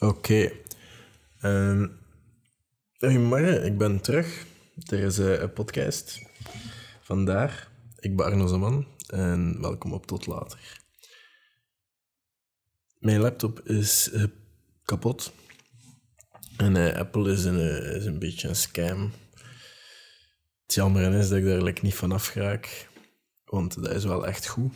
Oké. Goedemorgen, ik ben terug. Er is een podcast. Vandaar. Ik ben Arno Zeman en welkom op Tot Later. Mijn laptop is kapot. En Apple is een beetje een scam. Het jammer is dat ik daar niet van afraak, want dat is wel echt goed.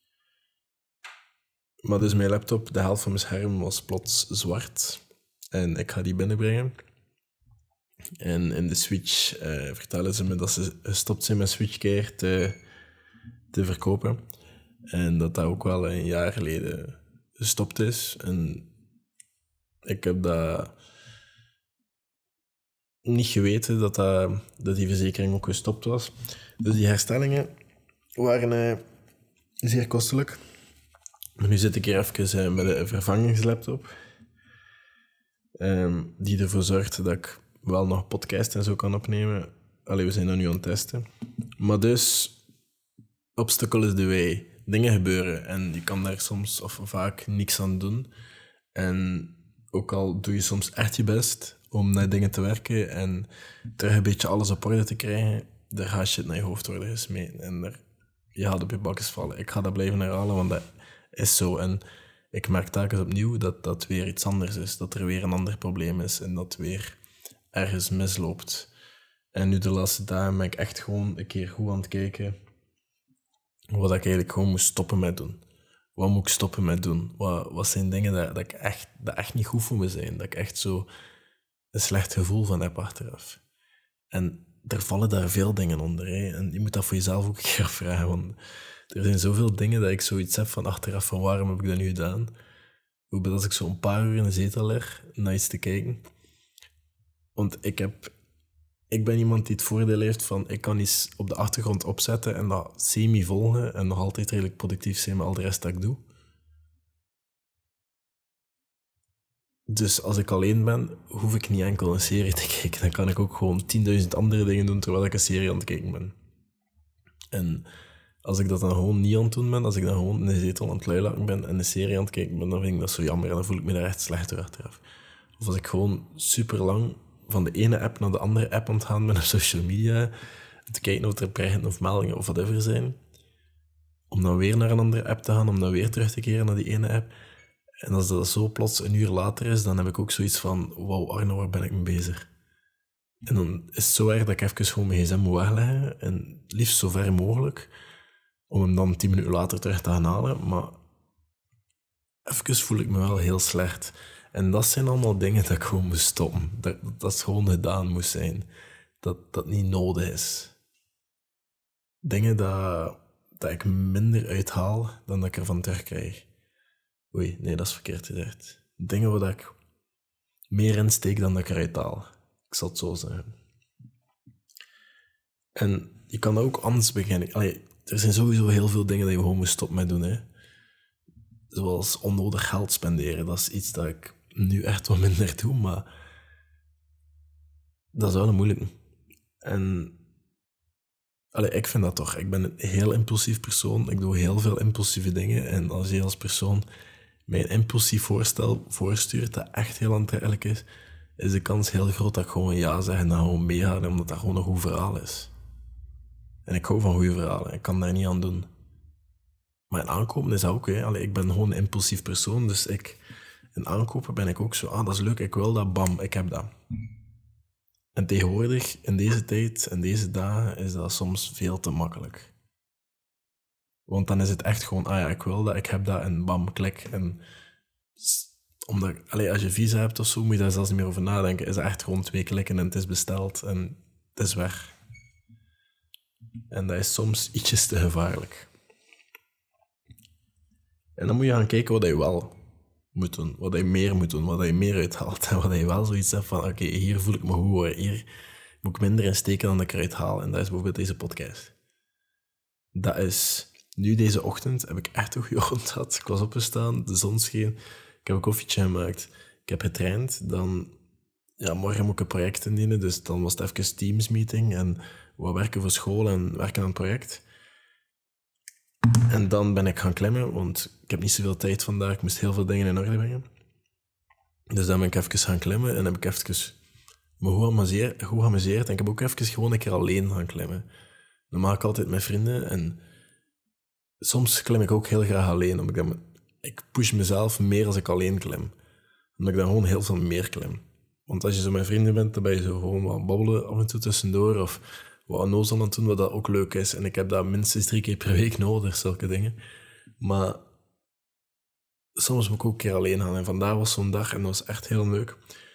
Maar dus mijn laptop, de helft van mijn scherm was plots zwart. En ik ga die binnenbrengen. En in de Switch vertellen ze me dat ze gestopt zijn met SwitchCare te verkopen. En dat ook wel een jaar geleden gestopt is. En ik heb dat niet geweten dat die verzekering ook gestopt was. Dus die herstellingen waren zeer kostelijk. Maar nu zit ik hier even met een vervangingslaptop. Die ervoor zorgt dat ik wel nog podcast en zo kan opnemen. Allee, we zijn dat nu aan het testen. Maar dus, obstacle is the way. Dingen gebeuren en je kan daar soms of vaak niks aan doen. En ook al doe je soms echt je best om naar dingen te werken en terug een beetje alles op orde te krijgen, daar gaat shit naar je hoofd worden gesmeten. En je gaat op je bakjes vallen. Ik ga dat blijven herhalen, want dat is zo. En ik merk telkens opnieuw dat weer iets anders is. Dat er weer een ander probleem is en dat weer ergens misloopt. En nu de laatste dagen ben ik echt gewoon een keer goed aan het kijken wat ik eigenlijk gewoon moet stoppen met doen. Wat moet ik stoppen met doen? Wat zijn dingen dat echt niet goed voor me zijn? Dat ik echt zo een slecht gevoel van heb achteraf. En er vallen daar veel dingen onder. Hè? En je moet dat voor jezelf ook een keer afvragen. Want er zijn zoveel dingen dat ik zoiets heb van achteraf van waarom heb ik dat nu gedaan? Bijvoorbeeld als ik zo een paar uur in de zetel lig naar iets te kijken. Want ik ben iemand die het voordeel heeft van ik kan iets op de achtergrond opzetten en dat semi-volgen en nog altijd redelijk productief zijn met al de rest dat ik doe. Dus als ik alleen ben, hoef ik niet enkel een serie te kijken. Dan kan ik ook gewoon 10.000 andere dingen doen terwijl ik een serie aan het kijken ben. En als ik dat dan gewoon niet aan het doen ben, als ik dan gewoon in de zetel aan het luilakken ben en een serie aan het kijken ben, dan vind ik dat zo jammer en dan voel ik me daar echt slecht door achteraf. Of als ik gewoon super lang van de ene app naar de andere app aan het gaan ben op social media, te kijken of er berichten of meldingen of whatever zijn, om dan weer naar een andere app te gaan, om dan weer terug te keren naar die ene app. En als dat zo plots een uur later is, dan heb ik ook zoiets van, wauw Arno, waar ben ik mee bezig? En dan is het zo erg dat ik even gewoon mijn gsm moet wegleggen, en liefst zo ver mogelijk, om hem dan 10 minuten later terug te gaan halen, maar even voel ik me wel heel slecht. En dat zijn allemaal dingen dat ik gewoon moet stoppen. Dat is gewoon gedaan moest zijn. Dat niet nodig is. Dingen dat ik minder uithaal dan dat ik ervan terugkrijg. Oei, nee, dat is verkeerd gezegd. Dingen waar ik meer insteek dan dat ik eruit haal. Ik zal het zo zeggen. En je kan dat ook anders beginnen. Allee, er zijn sowieso heel veel dingen dat je gewoon moet stoppen met doen. Hè. Zoals onnodig geld spenderen. Dat is iets dat ik nu echt wat minder doe, maar dat is wel een moeilijke. En ik vind dat toch. Ik ben een heel impulsief persoon. Ik doe heel veel impulsieve dingen. En als je als persoon mij een impulsief voorstel voorstuurt dat echt heel aantrekkelijk is de kans heel groot dat ik gewoon ja zeg en dan gewoon meega, omdat dat gewoon een goed verhaal is. En ik hou van goede verhalen. Ik kan daar niet aan doen. Maar in aankopen is dat ook. Hè. Ik ben gewoon een impulsief persoon, dus in aankopen ben ik ook zo, dat is leuk, ik wil dat, bam, ik heb dat. En tegenwoordig, in deze tijd, in deze dagen, is dat soms veel te makkelijk. Want dan is het echt gewoon, ik wil dat, ik heb dat, en bam, klik. En omdat, als je visa hebt of zo, moet je daar zelfs niet meer over nadenken. Is het echt gewoon 2 klikken en het is besteld en het is weg. En dat is soms ietsjes te gevaarlijk. En dan moet je gaan kijken wat je wel moet doen, wat je meer moet doen, wat je meer uithaalt. En wat je wel zoiets hebt van, oké, hier voel ik me goed hoor, hier moet ik minder in steken dan ik eruit haal. En dat is bijvoorbeeld deze podcast. Dat is, nu deze ochtend heb ik echt een goede ochtend gehad. Ik was opgestaan, de zon scheen, ik heb een koffietje gemaakt, ik heb getraind, dan, morgen moet ik een project indienen, dus dan was het even Teams meeting en wat werken voor school en werken aan het project. En dan ben ik gaan klimmen, want ik heb niet zoveel tijd vandaag. Ik moest heel veel dingen in orde brengen. Dus dan ben ik even gaan klimmen en heb ik even me goed geamuseerd. En ik heb ook even gewoon een keer alleen gaan klimmen. Dat maak ik altijd met vrienden. En soms klim ik ook heel graag alleen. Omdat ik push mezelf meer als ik alleen klim. Omdat ik dan gewoon heel veel meer klim. Want als je zo met vrienden bent, dan ben je zo gewoon wat babbelen af en toe tussendoor. Of wat onnozel aan het doen, wat dat ook leuk is. En ik heb dat minstens 3 keer per week nodig, zulke dingen. Maar soms moet ik ook een keer alleen gaan. En vandaag was zo'n dag en dat was echt heel leuk.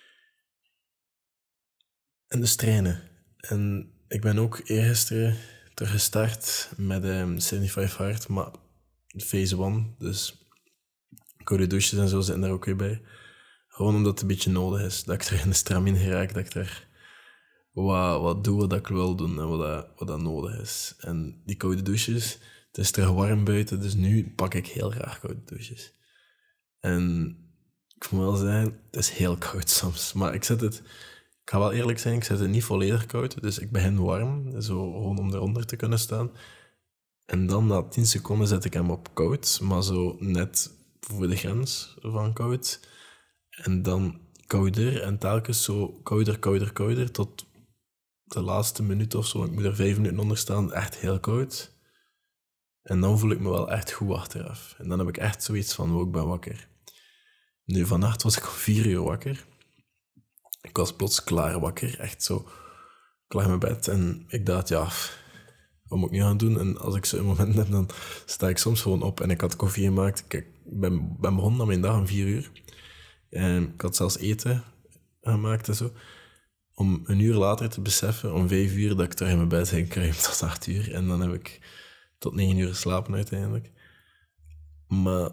En dus trainen. En ik ben ook eergisteren terug gestart met 75 Hard, maar phase 1. Dus koude douches en zo zitten daar ook weer bij. Gewoon omdat het een beetje nodig is. Dat ik er in de stram in geraak, dat ik er wat doe wat ik wil doen en wat dat nodig is. En die koude douches, het is terug warm buiten, dus nu pak ik heel graag koude douches. En ik moet wel zeggen, het is heel koud soms. Maar ik ga wel eerlijk zijn, ik zet het niet volledig koud. Dus ik begin warm, zo gewoon om eronder te kunnen staan. En dan na 10 seconden zet ik hem op koud, maar zo net voor de grens van koud. En dan kouder en telkens zo kouder tot de laatste minuut of zo. Ik moet er 5 minuten onder staan, echt heel koud. En dan voel ik me wel echt goed achteraf. En dan heb ik echt zoiets van, ik ben wakker. Nu, vannacht was ik om 4 uur wakker. Ik was plots klaar wakker, echt zo. Ik lag in mijn bed en ik dacht, ja, wat moet ik nu gaan doen? En als ik zo'n moment heb, dan sta ik soms gewoon op. En ik had koffie gemaakt. Kijk, ik ben begonnen aan mijn dag om 4 uur. En ik had zelfs eten gemaakt en zo. Om 1 uur later te beseffen, om 5 uur, dat ik terug in mijn bed ging kruipen tot 8 uur. En dan heb ik tot 9 uur geslapen uiteindelijk. Maar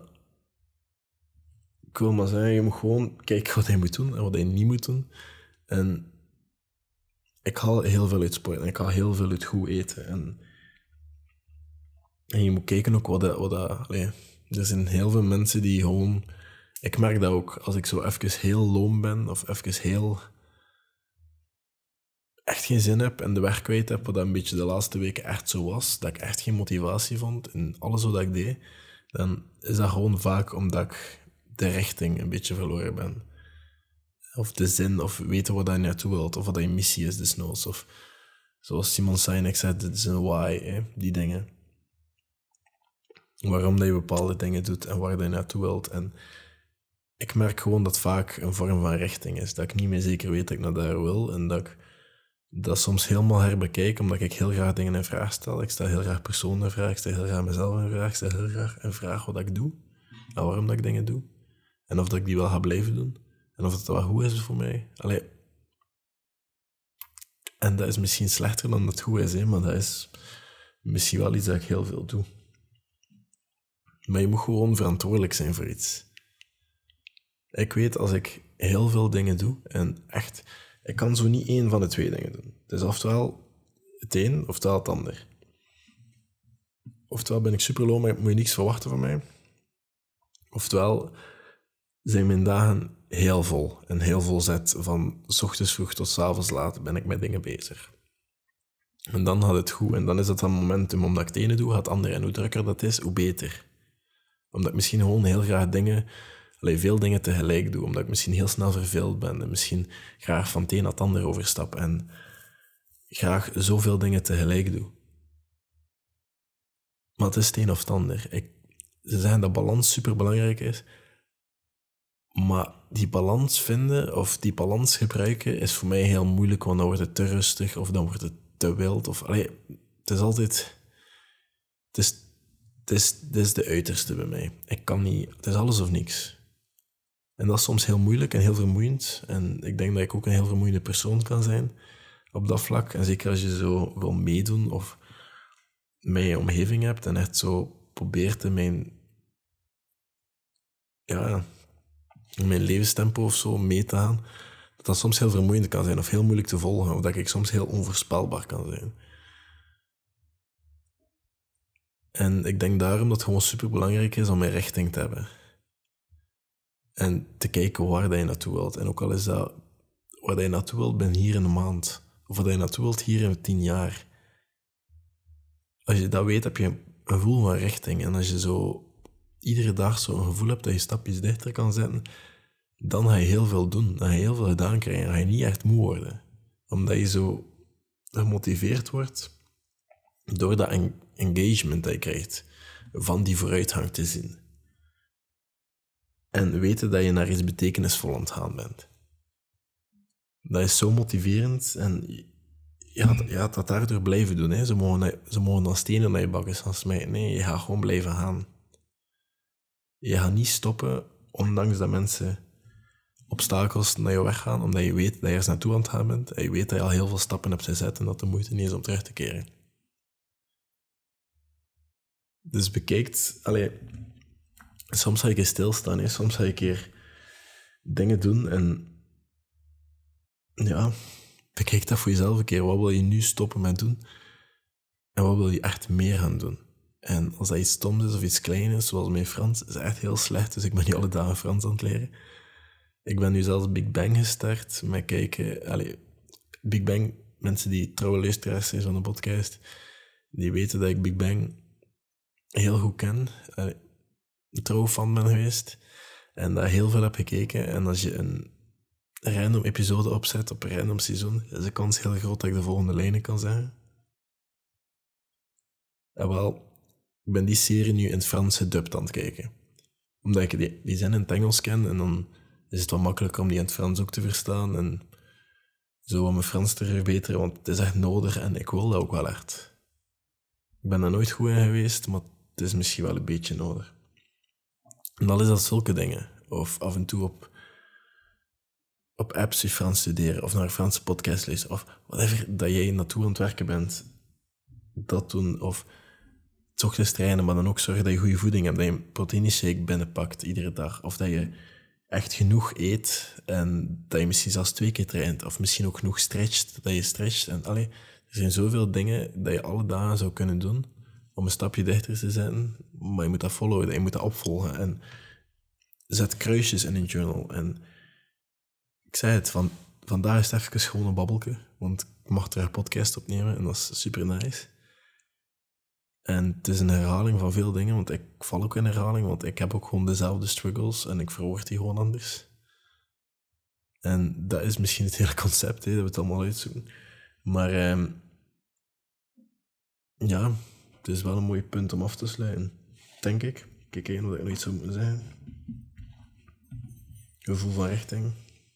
ik wil maar zeggen, je moet gewoon kijken wat je moet doen en wat je niet moet doen. En ik haal heel veel uit sport en ik haal heel veel uit goed eten. En je moet kijken ook er zijn heel veel mensen die gewoon... Ik merk dat ook, als ik zo even heel loom ben of even heel... echt geen zin heb en de weg kwijt heb, wat dat een beetje de laatste weken echt zo was, dat ik echt geen motivatie vond in alles wat ik deed, dan is dat gewoon vaak omdat ik de richting een beetje verloren ben. Of de zin, of weten wat je naartoe wilt, of wat je missie is desnoods. Of zoals Simon Sinek zei, dit is een why, die dingen. Waarom dat je bepaalde dingen doet en waar je naartoe wilt. En ik merk gewoon dat vaak een vorm van richting is. Dat ik niet meer zeker weet dat ik naar daar wil en dat ik dat soms helemaal herbekijk, omdat ik heel graag dingen in vraag stel. Ik stel heel graag personen in vraag, ik stel heel graag mezelf in vraag, ik stel heel graag in vraag wat ik doe en waarom dat ik dingen doe. En of dat ik die wel ga blijven doen. En of het wel goed is voor mij. En dat is misschien slechter dan dat het goed is, maar dat is misschien wel iets dat ik heel veel doe. Maar je moet gewoon verantwoordelijk zijn voor iets. Ik weet, als ik heel veel dingen doe, en echt, ik kan zo niet 1 van de 2 dingen doen. Het is oftewel het een, oftewel het ander. Oftewel ben ik superloom, maar moet je niks verwachten van mij. Oftewel zijn mijn dagen heel vol en heel vol zet. Van 's ochtends vroeg tot 's avonds laat ben ik met dingen bezig. En dan gaat het goed. En dan is dat een momentum omdat ik het ene doe, gaat het andere. En hoe drukker dat is, hoe beter. Omdat ik misschien gewoon heel graag veel dingen tegelijk doe. Omdat ik misschien heel snel verveeld ben. En misschien graag van het een naar het ander overstap. En graag zoveel dingen tegelijk doe. Maar het is het een of het ander. Ze zeggen dat balans superbelangrijk is. Maar die balans vinden of die balans gebruiken is voor mij heel moeilijk, want dan wordt het te rustig of dan wordt het te wild. Het is altijd... Het is de uiterste bij mij. Ik kan niet... Het is alles of niks. En dat is soms heel moeilijk en heel vermoeiend. En ik denk dat ik ook een heel vermoeiende persoon kan zijn op dat vlak. En zeker als je zo wil meedoen of met je omgeving hebt en echt zo probeert in mijn levenstempo of zo mee te gaan, dat soms heel vermoeiend kan zijn of heel moeilijk te volgen, of dat ik soms heel onvoorspelbaar kan zijn. En ik denk daarom dat het gewoon superbelangrijk is om een richting te hebben. En te kijken waar dat je naartoe wilt. En ook al is dat waar dat je naartoe wilt binnen hier in een maand, of waar dat je naartoe wilt hier in 10 jaar. Als je dat weet, heb je een gevoel van richting. En als je zo iedere dag zo een gevoel hebt dat je stapjes dichter kan zetten, dan ga je heel veel doen. Dan ga je heel veel gedaan krijgen. Dan ga je niet echt moe worden. Omdat je zo gemotiveerd wordt door dat engagement dat je krijgt. Van die vooruitgang te zien. En weten dat je naar iets betekenisvol aan het gaan bent. Dat is zo motiverend. En je gaat dat daardoor blijven doen. Hè. Ze mogen dan stenen naar je bakken gaan smijten. Nee, je gaat gewoon blijven gaan. Je gaat niet stoppen, ondanks dat mensen obstakels naar je weg gaan, omdat je weet dat je ergens naartoe aan het gaan bent en je weet dat je al heel veel stappen hebt gezet en dat de moeite niet is om terug te keren. Dus bekijkt... soms ga ik eens stilstaan, hè. Soms ga ik keer dingen doen en... Ja, bekijk dat voor jezelf een keer. Wat wil je nu stoppen met doen? En wat wil je echt meer gaan doen? En als dat iets stoms is of iets kleins is, zoals mijn Frans, is echt heel slecht, dus ik ben niet alle dagen Frans aan het leren. Ik ben nu zelfs Big Bang gestart met kijken... Big Bang, mensen die trouwe luisteraars zijn van de podcast, die weten dat ik Big Bang heel goed ken. Trouw fan ben geweest. En daar heel veel heb gekeken. En als je een random episode opzet op een random seizoen, is de kans heel groot dat ik de volgende lijnen kan zeggen. En wel, ik ben die serie nu in het Frans gedubt aan het kijken. Omdat ik die zin in het Engels ken en dan is het wat makkelijker om die in het Frans ook te verstaan en zo om mijn Frans te verbeteren, want het is echt nodig en ik wil dat ook wel echt. Ik ben daar nooit goed in geweest, maar het is misschien wel een beetje nodig. En dan is dat zulke dingen. Of af en toe op apps je Frans studeren of naar een Franse podcast lezen of whatever dat jij naartoe aan het werken bent, dat doen. Of 's ochtends trainen, maar dan ook zorgen dat je goede voeding hebt, dat je een proteïneshake binnenpakt iedere dag. Of dat je echt genoeg eet en dat je misschien zelfs 2 keer traint. Of misschien ook genoeg stretcht, dat je stretcht. En er zijn zoveel dingen dat je alle dagen zou kunnen doen om een stapje dichter te zetten. Maar je moet dat followen, je moet dat opvolgen. En zet kruisjes in een journal. En ik zei het, vandaag is het even gewoon een babbelke. Want ik mag terug een podcast opnemen en dat is super nice. En het is een herhaling van veel dingen, want ik val ook in herhaling, want ik heb ook gewoon dezelfde struggles en ik verwoord die gewoon anders. En dat is misschien het hele concept, dat we het allemaal uitzoeken. Maar ja, het is wel een mooi punt om af te sluiten, denk ik. Kijk even wat ik nog iets zou moeten zeggen. Gevoel van richting.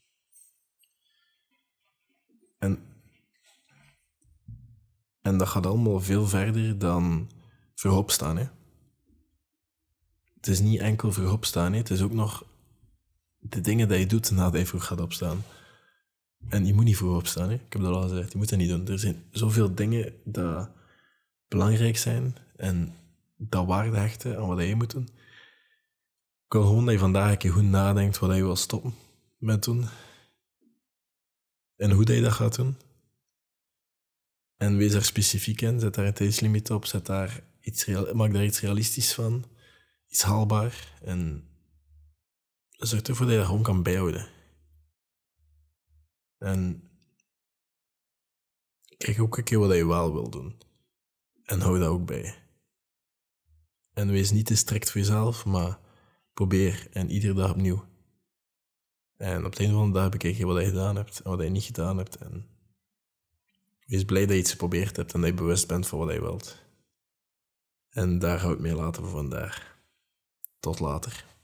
En dat gaat allemaal veel verder dan vroeg opstaan. Hè. Het is niet enkel vroeg opstaan, hè. Het is ook nog de dingen die je doet nadat je vroeg gaat opstaan. En je moet niet vroeg opstaan, hè. Ik heb dat al gezegd, je moet dat niet doen. Er zijn zoveel dingen die belangrijk zijn en dat waarde hechten aan wat je moet doen. Ik wil gewoon dat je vandaag een keer goed nadenkt wat je wil stoppen met doen. En hoe dat je dat gaat doen. En wees daar specifiek in, zet daar een tijdslimiet op, maak daar iets realistisch van, iets haalbaar en zorg ervoor dat je dat gewoon kan bijhouden. En kijk ook een keer wat je wel wil doen en hou dat ook bij. En wees niet te strikt voor jezelf, maar probeer en iedere dag opnieuw. En op het einde van de dag bekijk je wat je gedaan hebt en wat je niet gedaan hebt en wees blij dat je iets geprobeerd hebt en dat je bewust bent van wat je wilt. En daar hou ik mee laten voor vandaag. Tot later.